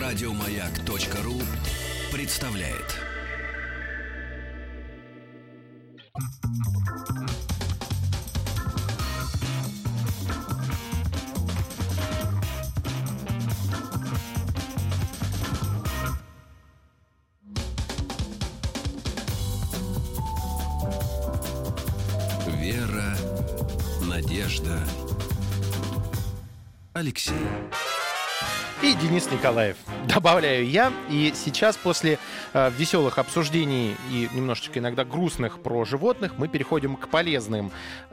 Радиомаяк.ру представляет. Вера, Надежда, Алексей. И Денис Николаев. Добавляю я. И сейчас после веселых обсуждений и немножечко иногда грустных про животных мы переходим к полезной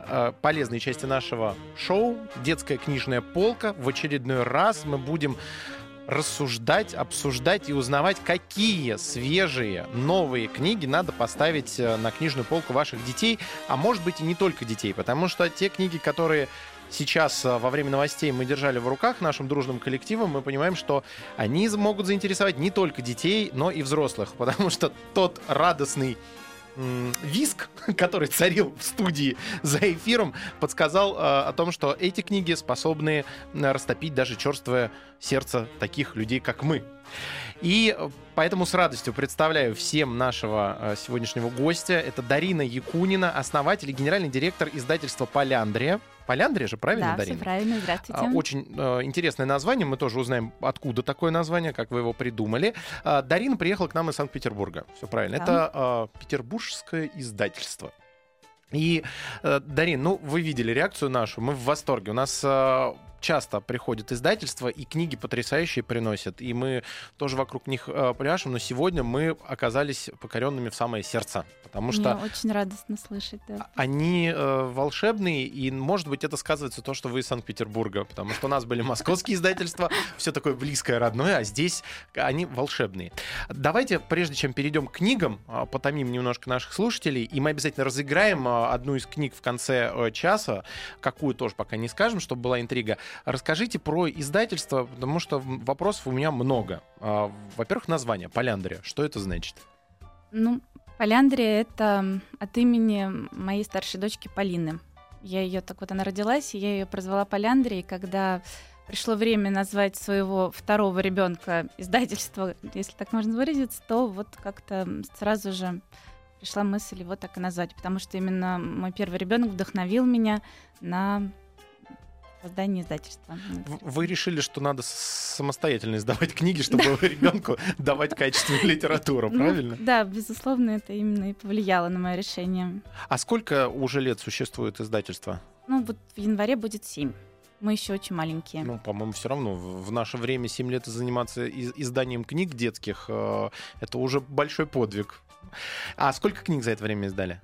части нашего шоу. Детская книжная полка. В очередной раз мы будем рассуждать, обсуждать и узнавать, какие свежие новые книги надо поставить на книжную полку ваших детей, а может быть и не только детей, потому что те книги, которые сейчас во время новостей мы держали в руках нашим дружным коллективом, мы понимаем, что они могут заинтересовать не только детей, но и взрослых, потому что тот радостный визг, который царил в студии за эфиром, подсказал о том, что эти книги способны растопить даже черствое сердце таких людей, как мы. И поэтому с радостью представляю всем нашего сегодняшнего гостя. Это Дарина Якунина, основатель и генеральный директор издательства «Поляндрия». «Поляндрия» же, правильно, да, Дарина? Да, все правильно. Здравствуйте. Очень интересное название. Мы тоже узнаем, откуда такое название, как вы его придумали. Дарина приехала к нам из Санкт-Петербурга. Все правильно. Да. Это петербургское издательство. И, Дарин, вы видели реакцию нашу. Мы в восторге. У нас часто приходят издательства, и книги потрясающие приносят. И мы тоже вокруг них пляшем. Но сегодня мы оказались покоренными в самое сердце. Потому что мне очень радостно слышать. Да. Они волшебные, и, может быть, это сказывается то, что вы из Санкт-Петербурга. Потому что у нас были московские издательства, все такое близкое, родное, а здесь они волшебные. Давайте, прежде чем перейдем к книгам, потомим немножко наших слушателей, и мы обязательно разыграем одну из книг в конце часа, какую тоже пока не скажем, чтобы была интрига. Расскажите про издательство, потому что вопросов у меня много. Во-первых, название «Поляндрия». Что это значит? «Поляндрия» — это от имени моей старшей дочки Полины. Она родилась, и я ее прозвала Поляндрия. Когда пришло время назвать своего второго ребенка издательства, если так можно выразиться, то как-то сразу же пришла мысль его так и назвать, потому что именно мой первый ребенок вдохновил меня на создание издательства. Вы решили, что надо самостоятельно издавать книги, чтобы ребенку давать качественную литературу, правильно? Да, безусловно, это именно и повлияло на мое решение. А сколько уже лет существует издательство? В январе будет 7. Мы еще очень маленькие. По-моему, все равно в наше время 7 лет заниматься изданием книг детских — это уже большой подвиг. А сколько книг за это время издали?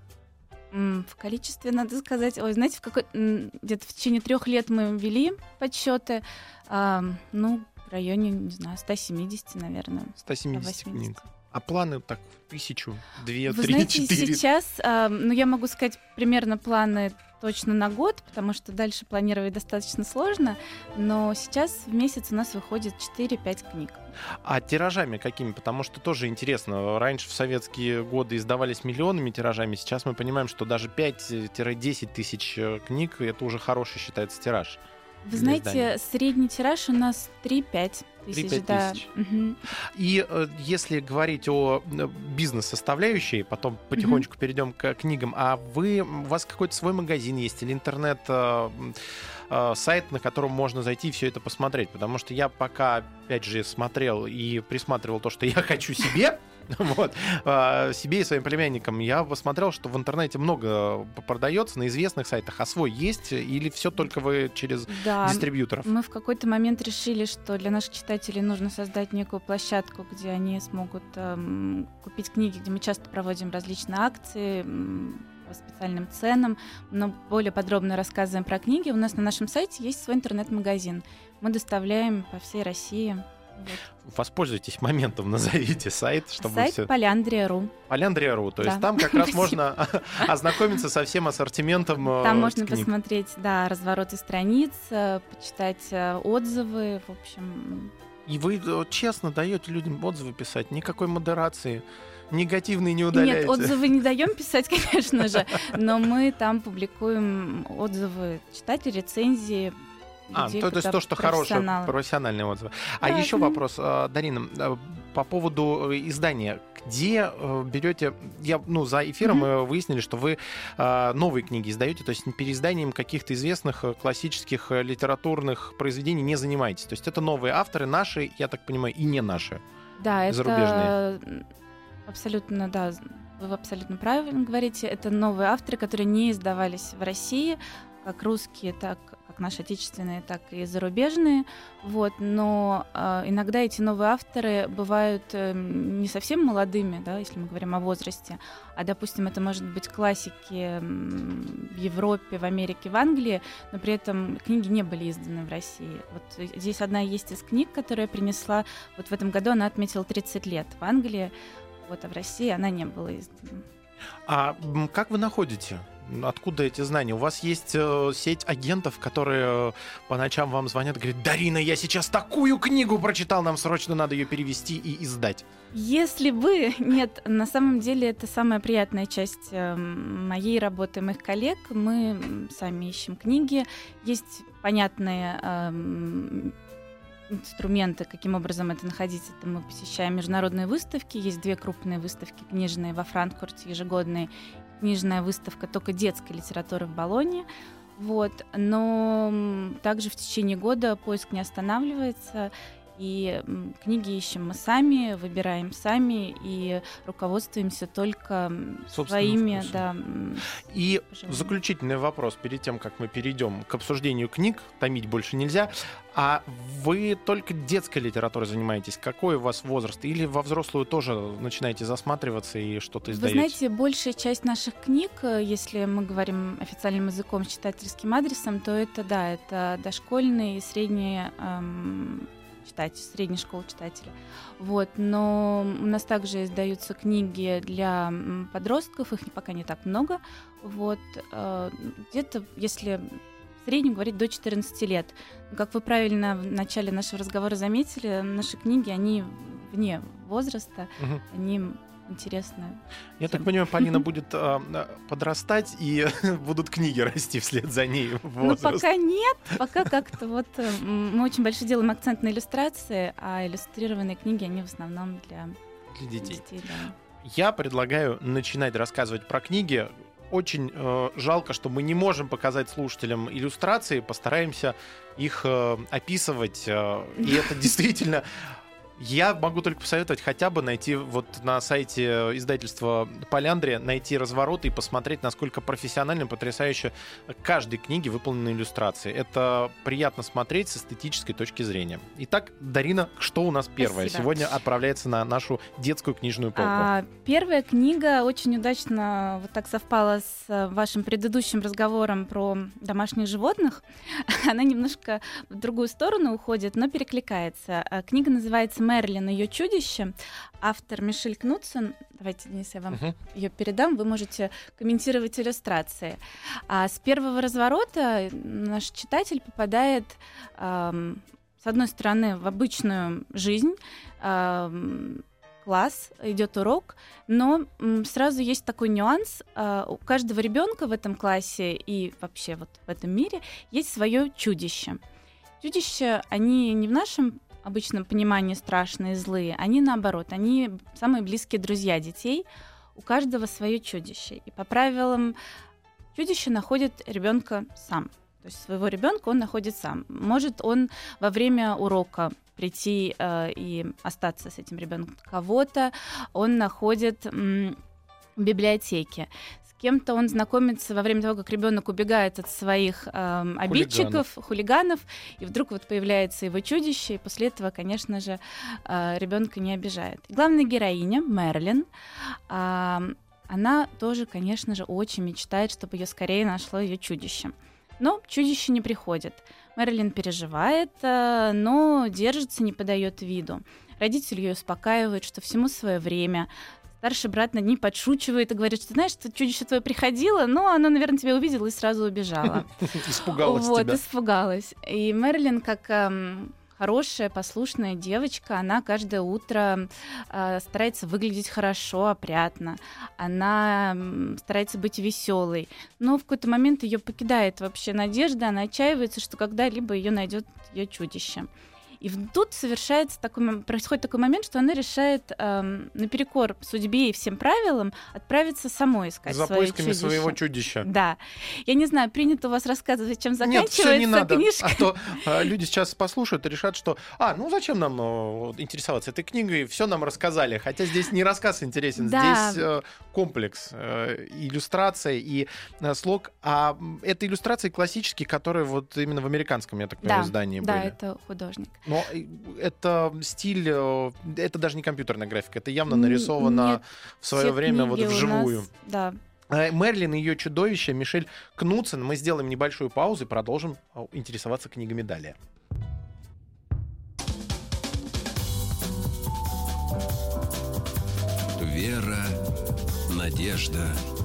В количестве, надо сказать, знаете, где-то в течение 3 лет мы вели подсчеты, в районе, не знаю, 170, наверное. 170 книг. А планы так 1000, 2, 3, 4? Вы знаете, сейчас, я могу сказать примерно планы точно на год, потому что дальше планировать достаточно сложно, но сейчас в месяц у нас выходит 4-5 книг. А тиражами какими? Потому что тоже интересно. Раньше в советские годы издавались миллионами тиражами, сейчас мы понимаем, что даже 5-10 тысяч книг — это уже хороший считается тираж. Вы знаете, средний тираж у нас 3-5 тысяч. 3-5 тысяч. Угу. И если говорить о бизнес-составляющей, потом потихонечку перейдем к книгам, у вас какой-то свой магазин есть или интернет, сайт, на котором можно зайти и все это посмотреть? Потому что я пока, опять же, смотрел и присматривал то, что я хочу себе, себе и своим племянникам, я посмотрел, что в интернете много продается на известных сайтах, а свой есть или все только вы через дистрибьюторов? Мы в какой-то момент решили, что для наших читателей нужно создать некую площадку, где они смогут купить книги, где мы часто проводим различные акции по специальным ценам, но более подробно рассказываем про книги. У нас на нашем сайте есть свой интернет-магазин. Мы доставляем по всей России. Воспользуйтесь моментом, назовите сайт, чтобы сайт Поляндрия.ру. Поляндрия.ру, то есть там как раз можно ознакомиться со всем ассортиментом. Там можно посмотреть, развороты страниц, почитать отзывы, в общем. И вы честно даете людям отзывы писать, никакой модерации, негативные не удаляете? Нет, отзывы не даем писать, конечно же, но мы там публикуем отзывы читателей, рецензии людей, то есть то, что хорошее, профессионалы. профессиональные отзывы. А Да, еще это- вопрос, Дарина, по поводу издания. Где берете... За эфиром мы выяснили, что вы новые книги издаете, то есть переизданием каких-то известных классических литературных произведений не занимаетесь. То есть это новые авторы, наши, я так понимаю, и не наши. Да, это зарубежные. абсолютно, да, вы абсолютно правильно говорите. Это новые авторы, которые не издавались в России, как русские, так как наши отечественные, так и зарубежные. Вот. Но иногда эти новые авторы бывают не совсем молодыми, да, если мы говорим о возрасте, а, допустим, это может быть классики в Европе, в Америке, в Англии, но при этом книги не были изданы в России. Вот здесь одна есть из книг, которую я принесла. Вот в этом году она отметила 30 лет в Англии, вот, а в России она не была издана. А как вы находите? Откуда эти знания? У вас есть сеть агентов, которые по ночам вам звонят и говорят: Дарина, я сейчас такую книгу прочитал, нам срочно надо ее перевести и издать. Если бы... Нет, на самом деле это самая приятная часть моей работы, моих коллег. Мы сами ищем книги. Есть понятные инструменты, каким образом это находить. Это мы посещаем международные выставки. Есть 2 крупные выставки книжные во Франкфурте, ежегодные. Книжная выставка только детской литературы в Болонье. Вот. Но также в течение года поиск не останавливается. И книги ищем мы сами, выбираем сами и руководствуемся только своими, да, И пожеланиями. заключительный вопрос перед тем, как мы перейдем к обсуждению книг, томить больше нельзя. А вы только детской литературой занимаетесь? Какой у вас возраст? Или во взрослую тоже начинаете засматриваться и что-то Вы издаете? знаете, большая часть наших книг, если мы говорим официальным языком с читательским адресом, то это, да, это дошкольные и средние средней школы читателя. Вот. Но у нас также издаются книги для подростков, их пока не так много. Вот. Где-то, если в среднем говорить, до 14 лет. Но, как вы правильно в начале нашего разговора заметили, наши книги, они вне возраста, они интересны. Я так понимаю, Полина будет подрастать, и будут книги расти вслед за ней в возраст. Ну, пока нет. Пока как-то вот мы очень большой делаем акцент на иллюстрации, а иллюстрированные книги, они в основном для детей. Да. Я предлагаю начинать рассказывать про книги. Очень жалко, что мы не можем показать слушателям иллюстрации, постараемся их описывать. И это действительно... Я могу только посоветовать хотя бы найти вот на сайте издательства «Поляндрия», найти развороты и посмотреть, насколько профессионально, потрясающе каждой книге выполнены иллюстрации. Это приятно смотреть с эстетической точки зрения. Итак, Дарина, что у нас первое? Спасибо. Сегодня отправляется на нашу детскую книжную полку. Первая книга очень удачно вот так совпала с вашим предыдущим разговором про домашних животных. Она немножко в другую сторону уходит, но перекликается. Книга называется «Мерлин и ее чудище». Автор Мишель Кнутсон. Давайте, Денис, я вам ее передам. Вы можете комментировать иллюстрации. С первого разворота наш читатель попадает, с одной стороны, в обычную жизнь, класс, идет урок, но сразу есть такой нюанс. У каждого ребенка в этом классе и вообще вот в этом мире есть свое чудище. Чудища, они не в нашем обычном понимании страшные, злые, они наоборот, они самые близкие друзья детей. У каждого свое чудище. И по правилам чудище находит ребенка сам. То есть своего ребенка он находит сам. Может он во время урока прийти и остаться с этим ребенком. Кого-то он находит в библиотеке. С кем-то он знакомится во время того, как ребенок убегает от своих обидчиков, хулиганов, и вдруг вот появляется его чудище, и после этого, конечно же, ребенка не обижает. И главная героиня Мерлин, она тоже, конечно же, очень мечтает, чтобы ее скорее нашло ее чудище. Но чудище не приходит. Мерлин переживает, но держится, не подает виду. Родители ее успокаивают, что всему свое время. Старший брат над ней подшучивает и говорит, что, знаешь, что чудище твое приходило, но оно, наверное, тебя увидело и сразу убежало. Испугалась тебя. Испугалась. И Мерлин, как хорошая, послушная девочка, она каждое утро старается выглядеть хорошо, опрятно, она старается быть веселой, но в какой-то момент ее покидает вообще надежда, она отчаивается, что когда-либо ее найдет ее чудище. И тут происходит такой момент, что она решает наперекор судьбе и всем правилам отправиться самой искать за свое поисками чудище. своего чудища. Да. Я не знаю, принято у вас рассказывать, чем заканчивается Нет, всё не надо. книжка. А то люди сейчас послушают и решат, что зачем нам интересоваться этой книгой, все нам рассказали. Хотя здесь не рассказ интересен, Да. здесь комплекс, иллюстрация и слог. А это иллюстрации классические, которые вот именно в американском, я так понимаю, издании Да, были. это художник. Но это стиль, это даже не компьютерная графика, это явно нарисовано Нет, в свое все время вот книги у вживую. нас, да. Мерлин и ее чудовище, Мишель Кнутсен. Мы сделаем небольшую паузу и продолжим интересоваться книгами далее. Вера, надежда,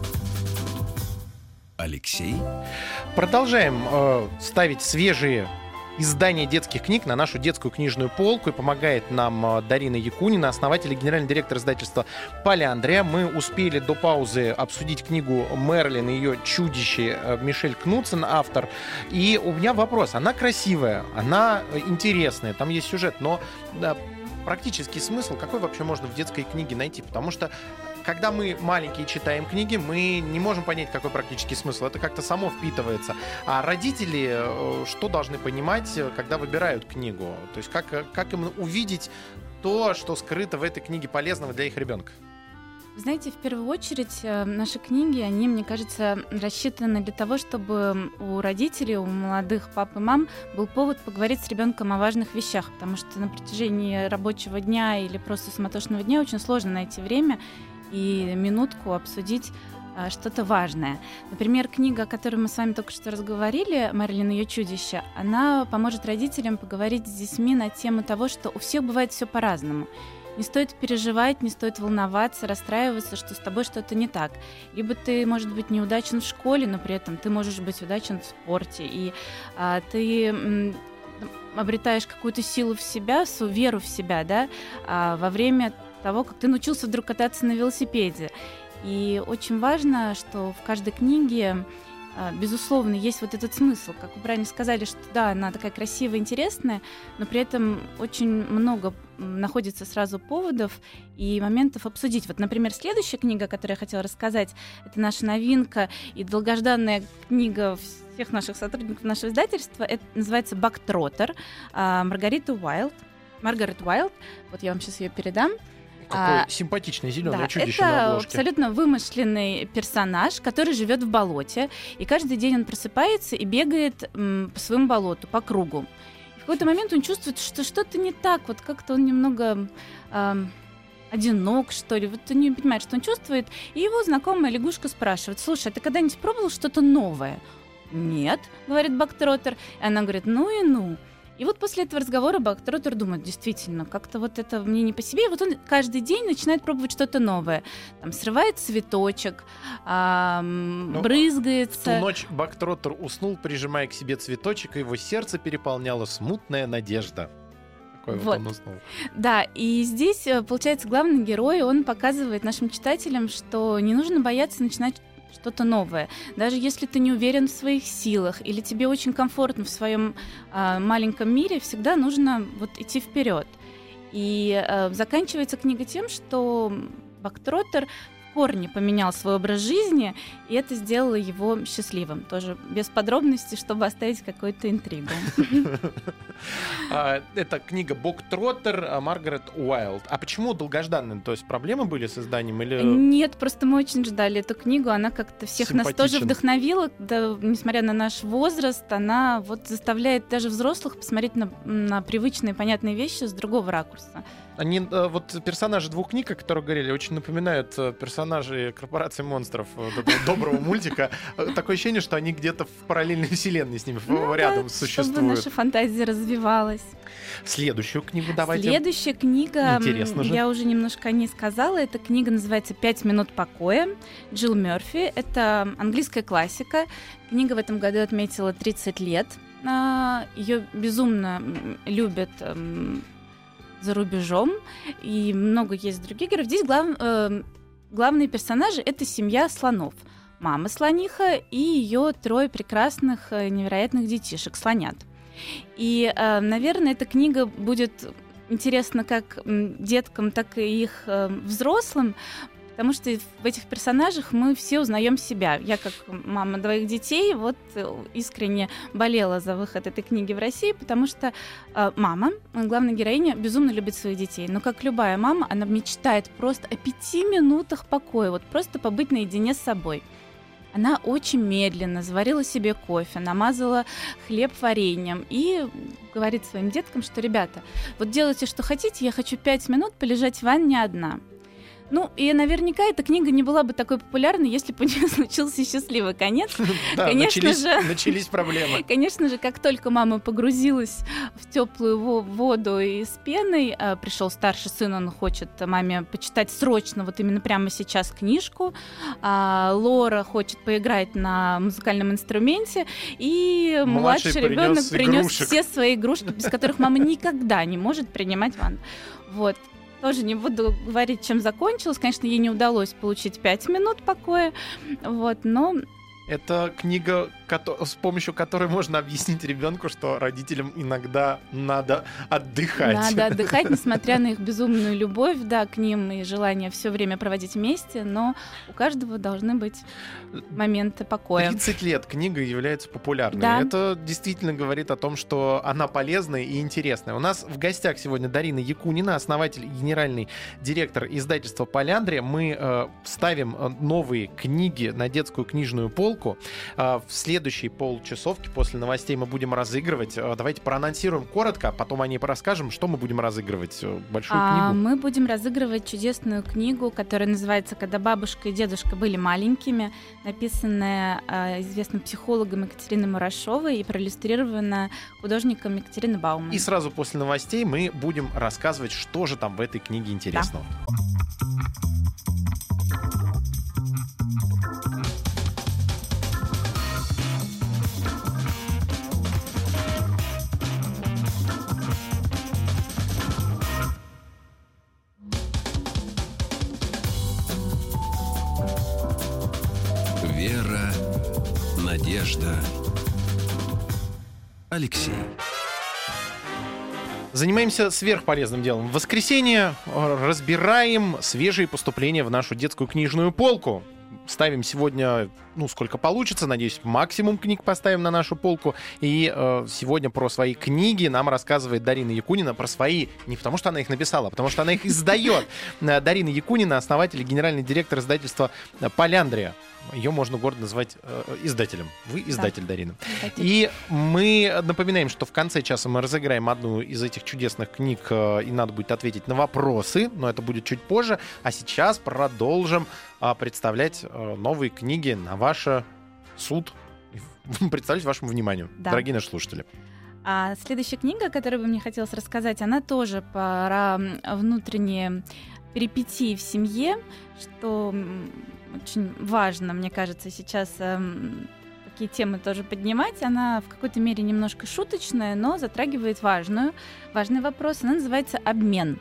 Алексей. Продолжаем ставить свежие издания детских книг на нашу детскую книжную полку. И помогает нам Дарина Якунина, основатель и генеральный директор издательства «Поляндрия». Мы успели до паузы обсудить книгу «Мерлин» и ее чудище, Мишель Кнутсен, автор. И у меня вопрос. Она красивая, она интересная, там есть сюжет, но практический смысл какой вообще можно в детской книге найти? Потому что когда мы маленькие читаем книги, мы не можем понять, какой практический смысл. Это как-то само впитывается. А родители что должны понимать, когда выбирают книгу? То есть как им увидеть то, что скрыто в этой книге полезного для их ребенка? Знаете, в первую очередь наши книги, они, мне кажется, рассчитаны для того, чтобы у родителей, у молодых пап и мам был повод поговорить с ребенком о важных вещах, потому что на протяжении рабочего дня или просто суматошного дня очень сложно найти время и минутку обсудить что-то важное. Например, книга, о которой мы с вами только что разговаривали, «Мерлин и ее чудище», она поможет родителям поговорить с детьми на тему того, что у всех бывает все по-разному. Не стоит переживать, не стоит волноваться, расстраиваться, что с тобой что-то не так. Либо ты, может быть, неудачен в школе, но при этом ты можешь быть удачен в спорте, и ты обретаешь какую-то силу в себя, веру в себя, да, во время того, как ты научился вдруг кататься на велосипеде. И очень важно, что в каждой книге, безусловно, есть вот этот смысл. Как вы правильно сказали, что да, она такая красивая, интересная, но при этом очень много находится сразу поводов и моментов обсудить. Вот, например, следующая книга, о которой я хотела рассказать, это наша новинка и долгожданная книга всех наших сотрудников нашего издательства. Это называется «Бактроттер» Маргарет Уайлд. Вот я вам сейчас ее передам. Какое симпатичное зеленое чудище на это обложке. абсолютно вымышленный персонаж, который живет в болоте, и каждый день он просыпается и бегает по своему болоту, по кругу. И в какой-то момент он чувствует, что что-то не так, вот как-то он немного одинок, что ли, вот он не понимает, что он чувствует, и его знакомая лягушка спрашивает: «Слушай, а ты когда-нибудь пробовал что-то новое?» «Нет», — говорит Бактроттер, и она говорит: «Ну и ну». И вот после этого разговора Бактроттер думает: действительно, как-то вот это мне не по себе. И вот он каждый день начинает пробовать что-то новое. Там срывает цветочек, брызгается. В ту ночь Бактроттер уснул, прижимая к себе цветочек, и его сердце переполняла смутная надежда. Такой вот он уснул. Да, и здесь, получается, главный герой, он показывает нашим читателям, что не нужно бояться начинать что-то новое. Даже если ты не уверен в своих силах или тебе очень комфортно в своем маленьком мире, всегда нужно вот идти вперед. И заканчивается книга тем, что Бактроттер в корне поменял свой образ жизни, и это сделало его счастливым. Тоже без подробностей, чтобы оставить какую-то интригу. Это книга «Бактроттер» Маргарет Уайлд. А почему долгожданная? То есть проблемы были с изданием? Или... Нет, просто мы очень ждали эту книгу. Она как-то всех нас тоже вдохновила. Да, несмотря на наш возраст, она вот заставляет даже взрослых посмотреть на привычные, понятные вещи с другого ракурса. Они, вот персонажи двух книг, о которых говорили, очень напоминают персонажей «Корпорации монстров», доброго мультика. Такое ощущение, что они где-то в параллельной вселенной с ними рядом существуют. Чтобы наша фантазия развивалась. Следующую книгу давайте. Следующая книга, я уже немножко о ней сказала, эта книга называется «5 минут покоя» Джилл Мерфи. Это английская классика. Книга в этом году отметила 30 лет. Ее безумно любят за рубежом, и много есть других героев. Здесь главные персонажи — это семья слонов. Мама слониха и ее 3 прекрасных, невероятных детишек, слонят. И, наверное, эта книга будет интересна как деткам, так и их взрослым, потому что в этих персонажах мы все узнаем себя. Я, как мама 2 детей, вот искренне болела за выход этой книги в России, потому что мама, главная героиня, безумно любит своих детей. Но, как любая мама, она мечтает просто о 5 минутах покоя, вот просто побыть наедине с собой. Она очень медленно заварила себе кофе, намазала хлеб вареньем и говорит своим деткам, что, ребята, вот делайте, что хотите, я хочу 5 минут полежать в ванне одна. Ну, и наверняка эта книга не была бы такой популярной, если бы у нее случился счастливый конец. Да, начались проблемы. Конечно же, как только мама погрузилась в теплую воду и с пеной, пришел старший сын, он хочет маме почитать срочно, вот именно прямо сейчас книжку. Лора хочет поиграть на музыкальном инструменте, и младший ребенок принес все свои игрушки, без которых мама никогда не может принимать ванну. Вот. Тоже не буду говорить, чем закончилось. Конечно, ей не удалось получить 5 минут покоя, вот, но... Это книга, с помощью которой можно объяснить ребенку, что родителям иногда надо отдыхать. Надо отдыхать, несмотря на их безумную любовь, да, к ним и желание все время проводить вместе, но у каждого должны быть моменты покоя. 30 лет книга является популярной. Да. Это действительно говорит о том, что она полезная и интересная. У нас в гостях сегодня Дарина Якунина, основатель и генеральный директор издательства «Поляндрия». Мы ставим новые книги на детскую книжную полку. В следующей полчасовке после новостей мы будем разыгрывать. Давайте проанонсируем коротко, а потом о ней порасскажем, что мы будем разыгрывать. Большую книгу. Мы будем разыгрывать чудесную книгу, которая называется «Когда бабушка и дедушка были маленькими», написанная известным психологом Екатериной Мурашовой и проиллюстрированная художником Екатериной Бауман. И сразу после новостей мы будем рассказывать, что же там в этой книге интересного. Да. Вера, надежда. Алексей. Занимаемся сверхполезным делом. В воскресенье разбираем свежие поступления в нашу детскую книжную полку. Ставим сегодня, сколько получится, надеюсь, максимум книг поставим на нашу полку. И сегодня про свои книги нам рассказывает Дарина Якунина, про свои, не потому что она их написала, а потому что она их издает. Дарина Якунина, основатель и генеральный директор издательства «Поляндрия». Ее можно гордо назвать издателем. Вы издатель, да. Дарина. Издатель. И мы напоминаем, что в конце часа мы разыграем одну из этих чудесных книг, и надо будет ответить на вопросы, но это будет чуть позже. А сейчас продолжим представлять новые книги на ваш суд, представлять вашему вниманию, да. Дорогие наши слушатели. А следующая книга, о которой бы мне хотелось рассказать, она тоже про внутренние перипетии в семье, что очень важно, мне кажется, сейчас такие темы тоже поднимать. Она в какой-то мере немножко шуточная, но затрагивает важный вопрос. Она называется «Обмен».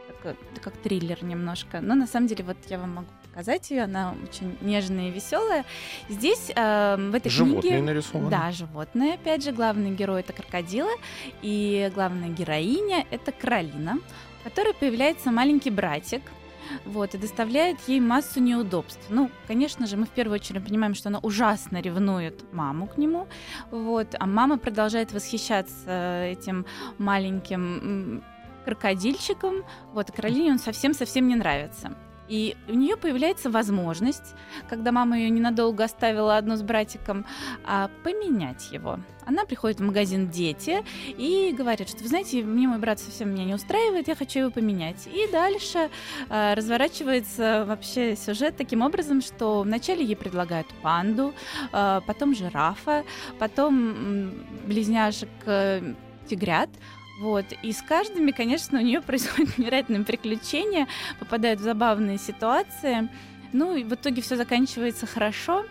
Как триллер немножко. Но на самом деле вот я вам могу показать ее. Она очень нежная и веселая. Здесь в этой животные книге... нарисованы. Да, животные. Опять же, главный герой — это крокодилы. И главная героиня — это Каролина, у которой появляется маленький братик. Вот, и доставляет ей массу неудобств. Конечно же, мы в первую очередь понимаем, что она ужасно ревнует маму к нему. Вот, а мама продолжает восхищаться этим маленьким крокодильчиком. Вот, и Каролине он совсем-совсем не нравится. И у нее появляется возможность, когда мама ее ненадолго оставила одну с братиком, поменять его. Она приходит в магазин «Дети» и говорит, что, вы знаете, мой брат совсем меня не устраивает, я хочу его поменять. И дальше разворачивается вообще сюжет таким образом, что вначале ей предлагают панду, потом жирафа, потом близняшек тигрят. Вот. И с каждыми, конечно, у нее происходят невероятные попадают в забавные ситуации. И в итоге все заканчивается хорошо.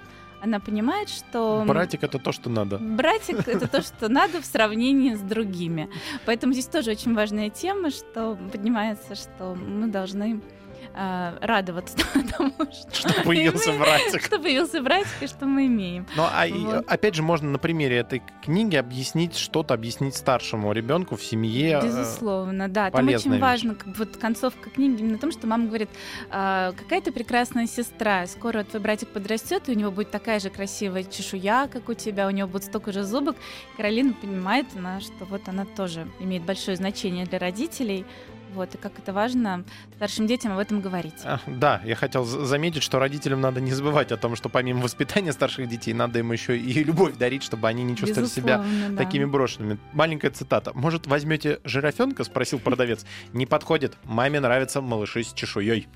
она понимает, что... Братик — это то, что надо. Братик — это то, что надо в сравнении с другими. Поэтому здесь тоже очень важная тема, что поднимается, что мы должны радоваться тому, что появился братик. Что появился братик и что мы имеем. Ну, опять же, можно на примере этой книги объяснить старшему ребенку в семье. Безусловно, да. Там очень важно, вот концовка книги именно в том, что мама говорит: какая ты прекрасная сестра, скоро твой братик подрастет, и у него будет такая же красивая чешуя, как у тебя, у него будет столько же зубок. Каролина понимает, что вот она тоже имеет большое значение для родителей. Вот, и как это важно старшим детям об этом говорить. Да, я хотел заметить, что родителям надо не забывать о том, что помимо воспитания старших детей, надо им еще и любовь дарить, чтобы они не чувствовали себя такими брошенными. Маленькая цитата. «Может, возьмете жирафенка?» — спросил продавец. «Не подходит. Маме нравятся малыши с чешуей».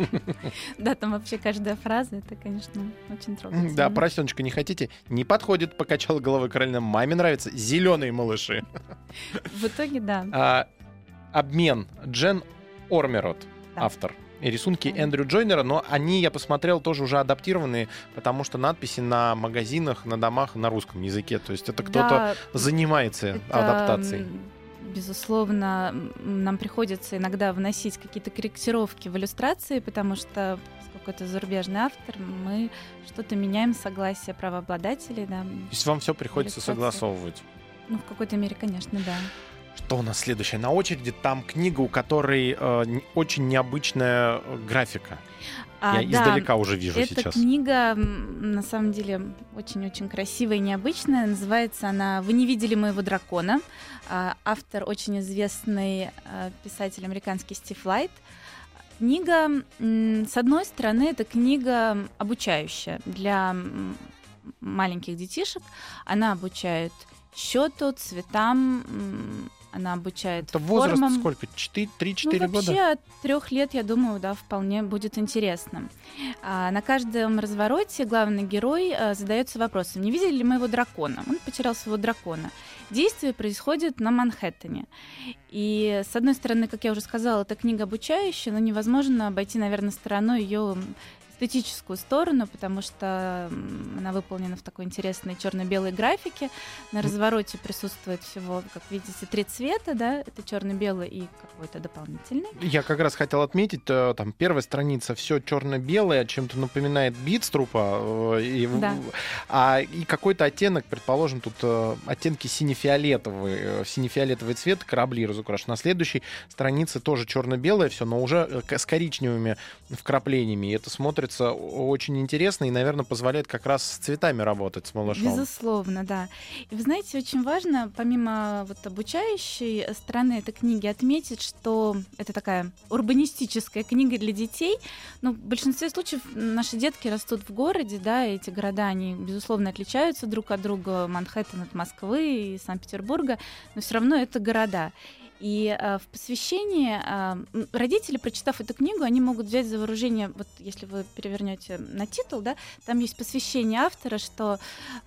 Да, там вообще каждая фраза, это, конечно, очень трогательно. Да, поросеночка не хотите? Не подходит, покачала головой Каролина. Маме нравятся зеленые малыши. В итоге, да. «Обмен». Джен Ормерот, автор. И рисунки Эндрю Джойнера, но они, я посмотрел, тоже уже адаптированные, потому что надписи на магазинах, на домах на русском языке. То есть это кто-то занимается адаптацией. Безусловно, нам приходится иногда вносить какие-то корректировки в иллюстрации, потому что, поскольку это зарубежный автор, мы что-то меняем, согласие правообладателей. Да. То есть вам все приходится согласовывать? Ну, в какой-то мере, конечно, да. Что у нас следующее на очереди? Там книга, у которой очень необычная графика. Я издалека уже вижу сейчас. Эта книга, на самом деле, очень-очень красивая и необычная. Называется она «Вы не видели моего дракона». Автор очень известный писатель американский Стив Лайт. Книга, с одной стороны, это книга обучающая для маленьких детишек. Она обучает счету, цветам, она обучает возраст формам. Сколько? 3-4 года? Вообще от 3 лет, я думаю, да, вполне будет интересно. На каждом развороте главный герой задается вопросом: не видели ли мы его дракона? Он потерял своего дракона. Действие происходит на Манхэттене. И, с одной стороны, как я уже сказала, это книга обучающая, но невозможно обойти, наверное, стороной ее эстетическую сторону, потому что она выполнена в такой интересной черно-белой графике. На развороте присутствует всего, как видите, 3 цвета, да, это черно-белый и какой-то дополнительный. Я как раз хотел отметить, там первая страница все черно-белое, чем-то напоминает Битструпа, и какой-то оттенок, предположим, тут оттенки сине-фиолетовый цвет, корабли разукрашены. На следующей странице тоже черно-белое все, но уже с коричневыми вкраплениями, и это смотрится очень интересно и, наверное, позволяет как раз с цветами работать с малышом. Безусловно, да. И вы знаете, очень важно, помимо вот обучающей стороны этой книги, отметить, что это такая урбанистическая книга для детей. Но в большинстве случаев наши детки растут в городе, да, и эти города, они, безусловно, отличаются друг от друга. Манхэттен от Москвы и Санкт-Петербурга, но все равно это города. И в посвящении родители, прочитав эту книгу, они могут взять за вооружение, вот если вы перевернете на титул, да, там есть посвящение автора, что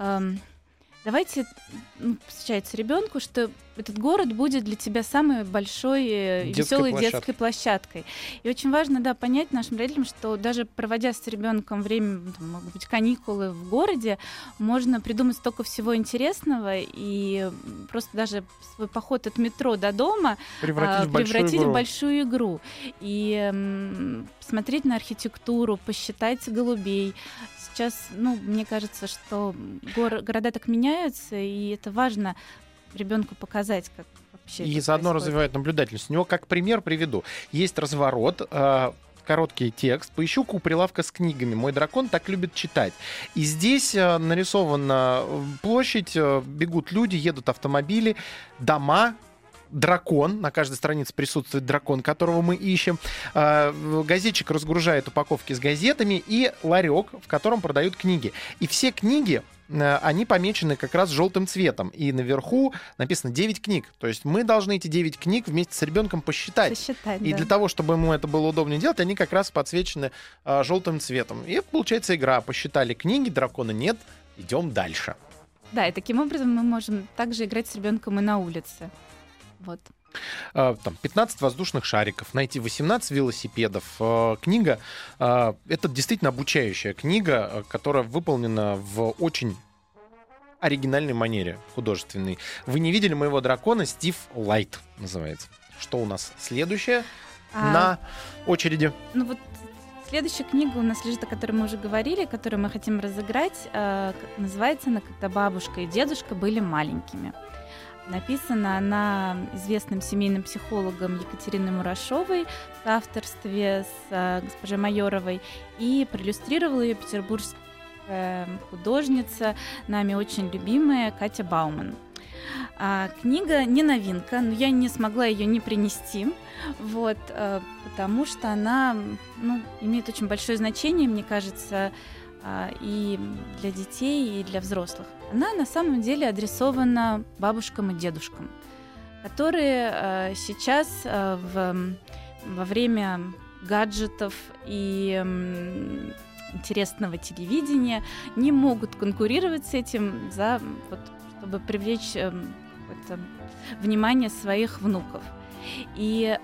давайте посвящается ребенку, что этот город будет для тебя самой большой веселой детской площадкой. И очень важно, да, понять нашим родителям, что даже проводя с ребенком время, могут быть каникулы в городе, можно придумать столько всего интересного и просто даже свой поход от метро до дома превратить в большую игру. И смотреть на архитектуру, посчитать голубей. Сейчас, мне кажется, что города так меняются, и это важно ребенку показать, как вообще. И заодно развивает наблюдательность. У него, как пример, приведу. Есть разворот, короткий текст. «Поищу-ка у прилавка с книгами. Мой дракон так любит читать». И здесь нарисована площадь, бегут люди, едут автомобили, дома, дракон, на каждой странице присутствует дракон, которого мы ищем. Газетчик разгружает упаковки с газетами и ларек, в котором продают книги. И все книги, они помечены как раз желтым цветом. И наверху написано 9 книг. То есть мы должны эти 9 книг вместе с ребенком посчитать. И для того, чтобы ему это было удобнее делать, они как раз подсвечены желтым цветом. И получается игра. Посчитали книги, дракона нет, идем дальше. Да, и таким образом мы можем также играть с ребенком и на улице. Вот. Там 15 воздушных шариков, найти 18 велосипедов. Книга, это действительно обучающая книга, которая выполнена в очень оригинальной манере художественной. Вы не видели моего дракона? Стив Лайт называется. Что у нас следующее на очереди? Ну вот следующая книга у нас лежит, о которой мы уже говорили, которую мы хотим разыграть. Называется она «Когда бабушка и дедушка были маленькими». Написана она известным семейным психологом Екатериной Мурашовой в авторстве с госпожой Майоровой, и проиллюстрировала ее петербургская художница, нами очень любимая Катя Бауман. Книга не новинка, но я не смогла ее не принести, потому что она имеет очень большое значение, мне кажется, и для детей, и для взрослых. Она на самом деле адресована бабушкам и дедушкам, которые сейчас во время гаджетов и интересного телевидения не могут конкурировать с этим, чтобы привлечь внимание своих внуков. И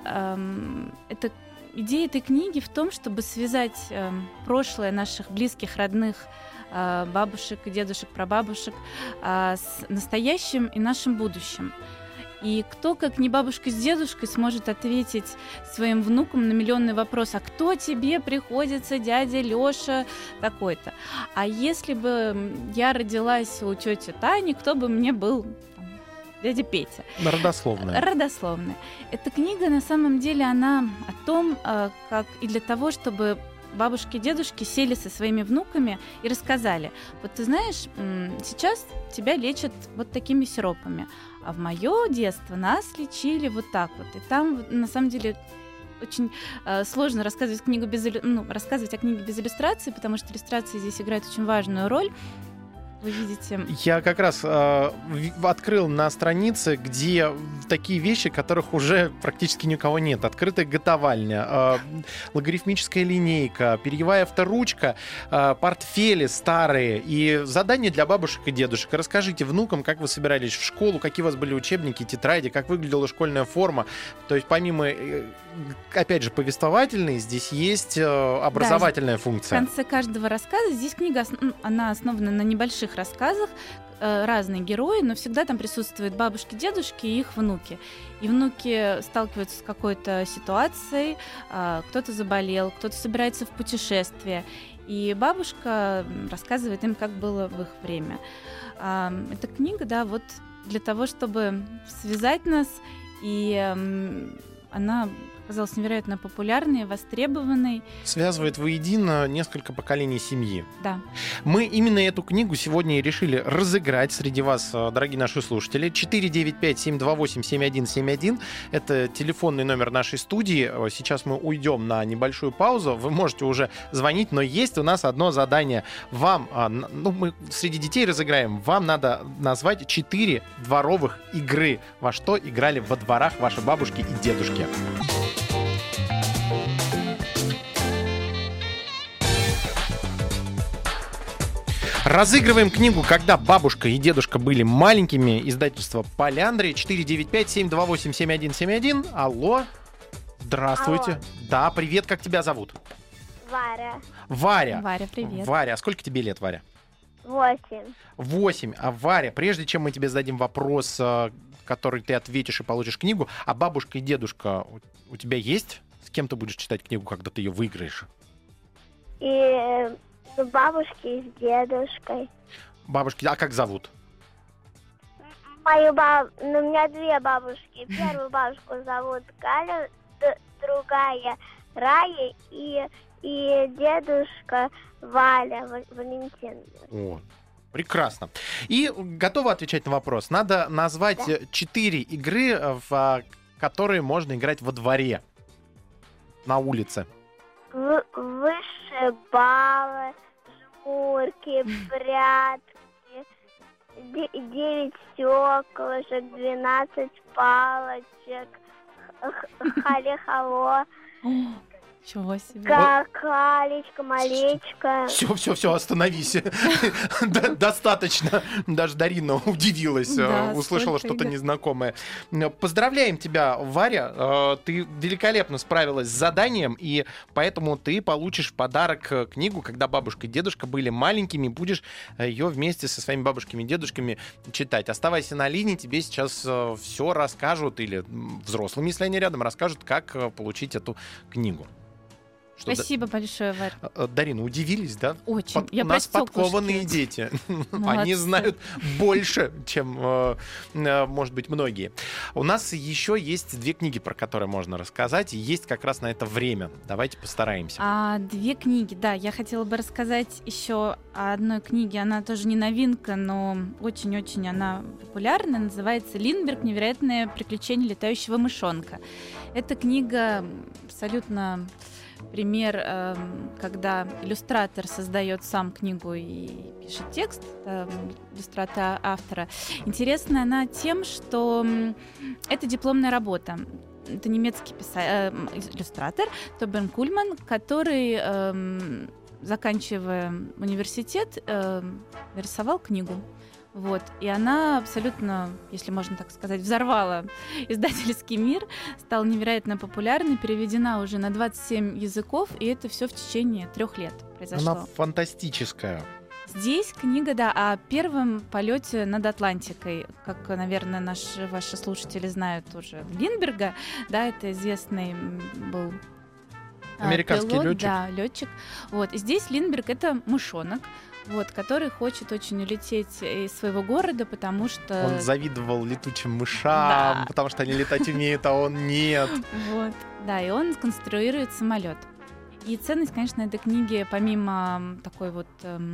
идея этой книги в том, чтобы связать прошлое наших близких, родных, бабушек и дедушек, прабабушек с настоящим и нашим будущим. И кто, как не бабушка с дедушкой, сможет ответить своим внукам на миллионный вопрос: а кто тебе приходится, дядя Лёша такой-то? А если бы я родилась у тети Тани, кто бы мне был дядя Петя? Родословная. Родословная. Эта книга, на самом деле, она о том, как и для того, чтобы бабушки и дедушки сели со своими внуками и рассказали: вот ты знаешь, сейчас тебя лечат вот такими сиропами, а в мое детство нас лечили вот так вот. И там, на самом деле, очень сложно рассказывать рассказывать о книге без иллюстрации, потому что иллюстрации здесь играют очень важную роль. Вы видите. Я как раз открыл на странице, где такие вещи, которых уже практически никого нет. Открытая готовальня, логарифмическая линейка, перьевая авторучка, портфели старые и задания для бабушек и дедушек. Расскажите внукам, как вы собирались в школу, какие у вас были учебники, тетради, как выглядела школьная форма. То есть помимо, опять же, повествовательной, здесь есть образовательная функция. В конце каждого рассказа здесь книга, она основана на небольших рассказах, разные герои, но всегда там присутствуют бабушки, дедушки и их внуки. И внуки сталкиваются с какой-то ситуацией, кто-то заболел, кто-то собирается в путешествие, и бабушка рассказывает им, как было в их время. Эта книга, для того, чтобы связать нас, и она оказалась невероятно популярной, востребованной. Связывает воедино несколько поколений семьи. Да. Мы именно эту книгу сегодня и решили разыграть среди вас, дорогие наши слушатели. 495-728-7171. Это телефонный номер нашей студии. Сейчас мы уйдем на небольшую паузу. Вы можете уже звонить, но есть у нас одно задание. Вам, мы среди детей разыграем. Вам надо назвать 4 дворовых игры. Во что играли во дворах ваши бабушки и дедушки. Разыгрываем книгу «Когда бабушка и дедушка были маленькими». Издательство «Поляндрия». 495-728-7171. Алло. Здравствуйте. Алло. Да, привет. Как тебя зовут? Варя. Варя. Варя, привет. Варя, а сколько тебе лет, Варя? 8. 8. А Варя, прежде чем мы тебе зададим вопрос, который ты ответишь и получишь книгу, а бабушка и дедушка у тебя есть? С кем ты будешь читать книгу, когда ты ее выиграешь? И с бабушкой, и с дедушкой. Бабушки, а как зовут? У меня 2 бабушки. Первую бабушку зовут Галя, другая Рая, и дедушка Валя, Валентин. О, прекрасно. И готова отвечать на вопрос. Надо назвать 4 игры, в которые можно играть во дворе, на улице. Вышибалы, жмурки, прятки, 9 стеклышек, 12 палочек, хали-хало. Чего себе. Какалечка, малечка. Все, остановись. Достаточно. Даже Дарина удивилась, Да, услышала столько что-то игр. незнакомое. Поздравляем тебя, Варя. Ты великолепно справилась с заданием, и поэтому ты получишь в подарок книгу «Когда бабушка и дедушка были маленькими». Будешь ее вместе со своими бабушками и дедушками читать. Оставайся на линии, тебе сейчас все расскажут, или взрослым, если они рядом, расскажут, как получить эту книгу. Что, Спасибо большое, Варь. Дарина, удивились, да? Очень. Я У нас про стёклышки. подкованные дети. Они Молодцы. знают больше, чем, может быть, многие. У нас еще есть 2 книги, про которые можно рассказать, и есть как раз на это время. Давайте постараемся. 2 книги, да. Я хотела бы рассказать еще о одной книге. Она тоже не новинка, но очень-очень она популярна. Называется «Линдберг. Невероятное приключение летающего мышонка». Эта книга абсолютно пример, когда иллюстратор создает сам книгу и пишет текст, иллюстратор автора. Интересна она тем, что это дипломная работа. Это немецкий иллюстратор Торбен Кульман, который, заканчивая университет, нарисовал книгу. Вот. И она абсолютно, если можно так сказать, взорвала издательский мир, стала невероятно популярной, переведена уже на 27 языков, и это все в течение 3 лет произошло. Она фантастическая. Здесь книга, да, о первом полете над Атлантикой. Как, наверное, ваши слушатели знают уже Линдберга, да, это известный был Американский пилот, летчик. Да, летчик. Вот. И здесь Линдберг — это мышонок, вот, который хочет очень улететь из своего города, потому что... Он завидовал летучим мышам, Да. потому что они летать умеют, а он нет. Вот, да, и он конструирует самолет. И ценность, конечно, этой книги, помимо такой вот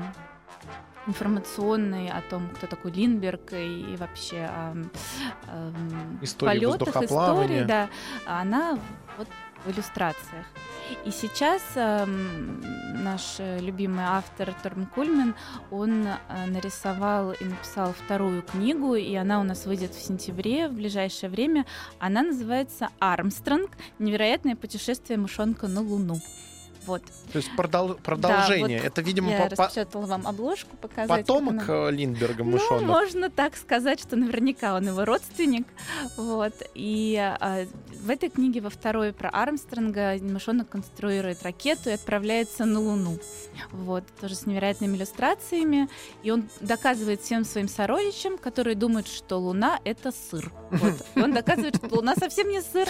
информационной о том, кто такой Линдберг и вообще о История полетах, воздухоплавания. истории, да, она вот в иллюстрациях. И сейчас наш любимый автор Торбен Кульман, он нарисовал и написал 2-ю книгу, и она у нас выйдет в сентябре, в ближайшее время. Она называется «Армстронг. Невероятное путешествие мышонка на Луну». Вот. То есть продолжение. Да, вот это, видимо, я распечатала вам обложку, показать. потомок Линдберга мышонок. Ну, можно так сказать, что наверняка он его родственник. Вот. И в этой книге, во 2-й про Армстронга, мышонок конструирует ракету и отправляется на Луну. Вот. Тоже с невероятными иллюстрациями. И он доказывает всем своим сородичам, которые думают, что Луна — это сыр. Вот. И он доказывает, что Луна совсем не сыр.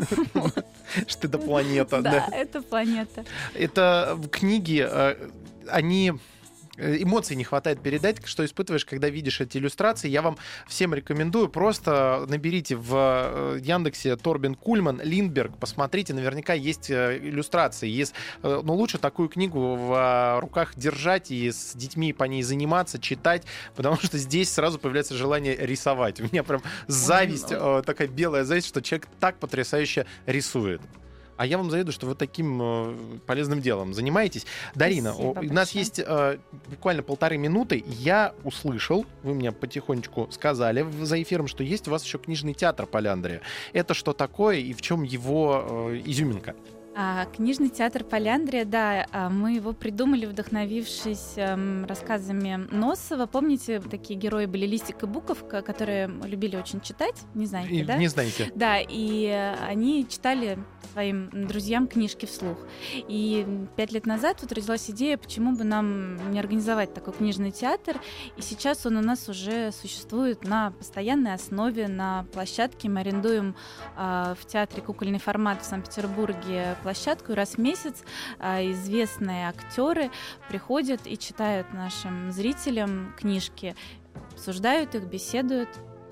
Что это планета. Да, это планета. Это книги, они... Эмоций не хватает передать, что испытываешь, когда видишь эти иллюстрации. Я вам всем рекомендую. Просто наберите в Яндексе Торбен Кульман, Линдберг, посмотрите, наверняка есть иллюстрации. Но лучше такую книгу в руках держать и с детьми по ней заниматься, читать, потому что здесь сразу появляется желание рисовать. У меня прям зависть, такая белая зависть, что человек так потрясающе рисует. А я вам завидую, что вы таким полезным делом занимаетесь. Дарина, Спасибо у нас большое. есть буквально 1,5 минуты. Я услышал, вы мне потихонечку сказали за эфиром, что есть у вас еще книжный театр «Поляндрия». Это что такое и в чем его изюминка? Книжный театр «Поляндрия», да, мы его придумали, вдохновившись рассказами Носова. Помните, такие герои были Листик и Буковка, которые любили очень читать? Не знаете, да? Не знаете. Да, и они читали своим друзьям книжки вслух. И 5 лет назад вот родилась идея, почему бы нам не организовать такой книжный театр. И сейчас он у нас уже существует на постоянной основе, на площадке. Мы арендуем в театре «Кукольный формат» в Санкт-Петербурге площадку, и раз в месяц известные актеры приходят и читают нашим зрителям книжки, обсуждают их, беседуют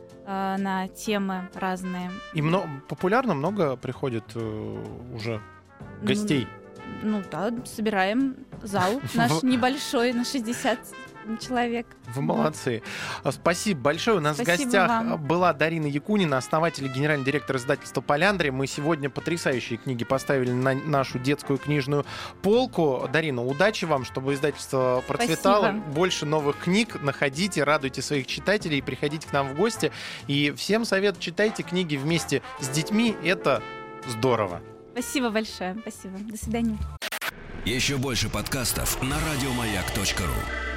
на темы разные. И популярно много приходит уже гостей? Ну да, собираем зал наш небольшой, на 60 человек. Вы молодцы. Спасибо большое. У нас Спасибо в гостях вам. была Дарина Якунина, основатель и генеральный директор издательства «Поляндрия». Мы сегодня потрясающие книги поставили на нашу детскую книжную полку. Дарина, удачи вам, чтобы издательство процветало. Спасибо. Больше новых книг находите, радуйте своих читателей, приходите к нам в гости. И всем совет: читайте книги вместе с детьми. Это здорово. Спасибо большое. Спасибо. До свидания. Еще больше подкастов на радиомаяк.ру.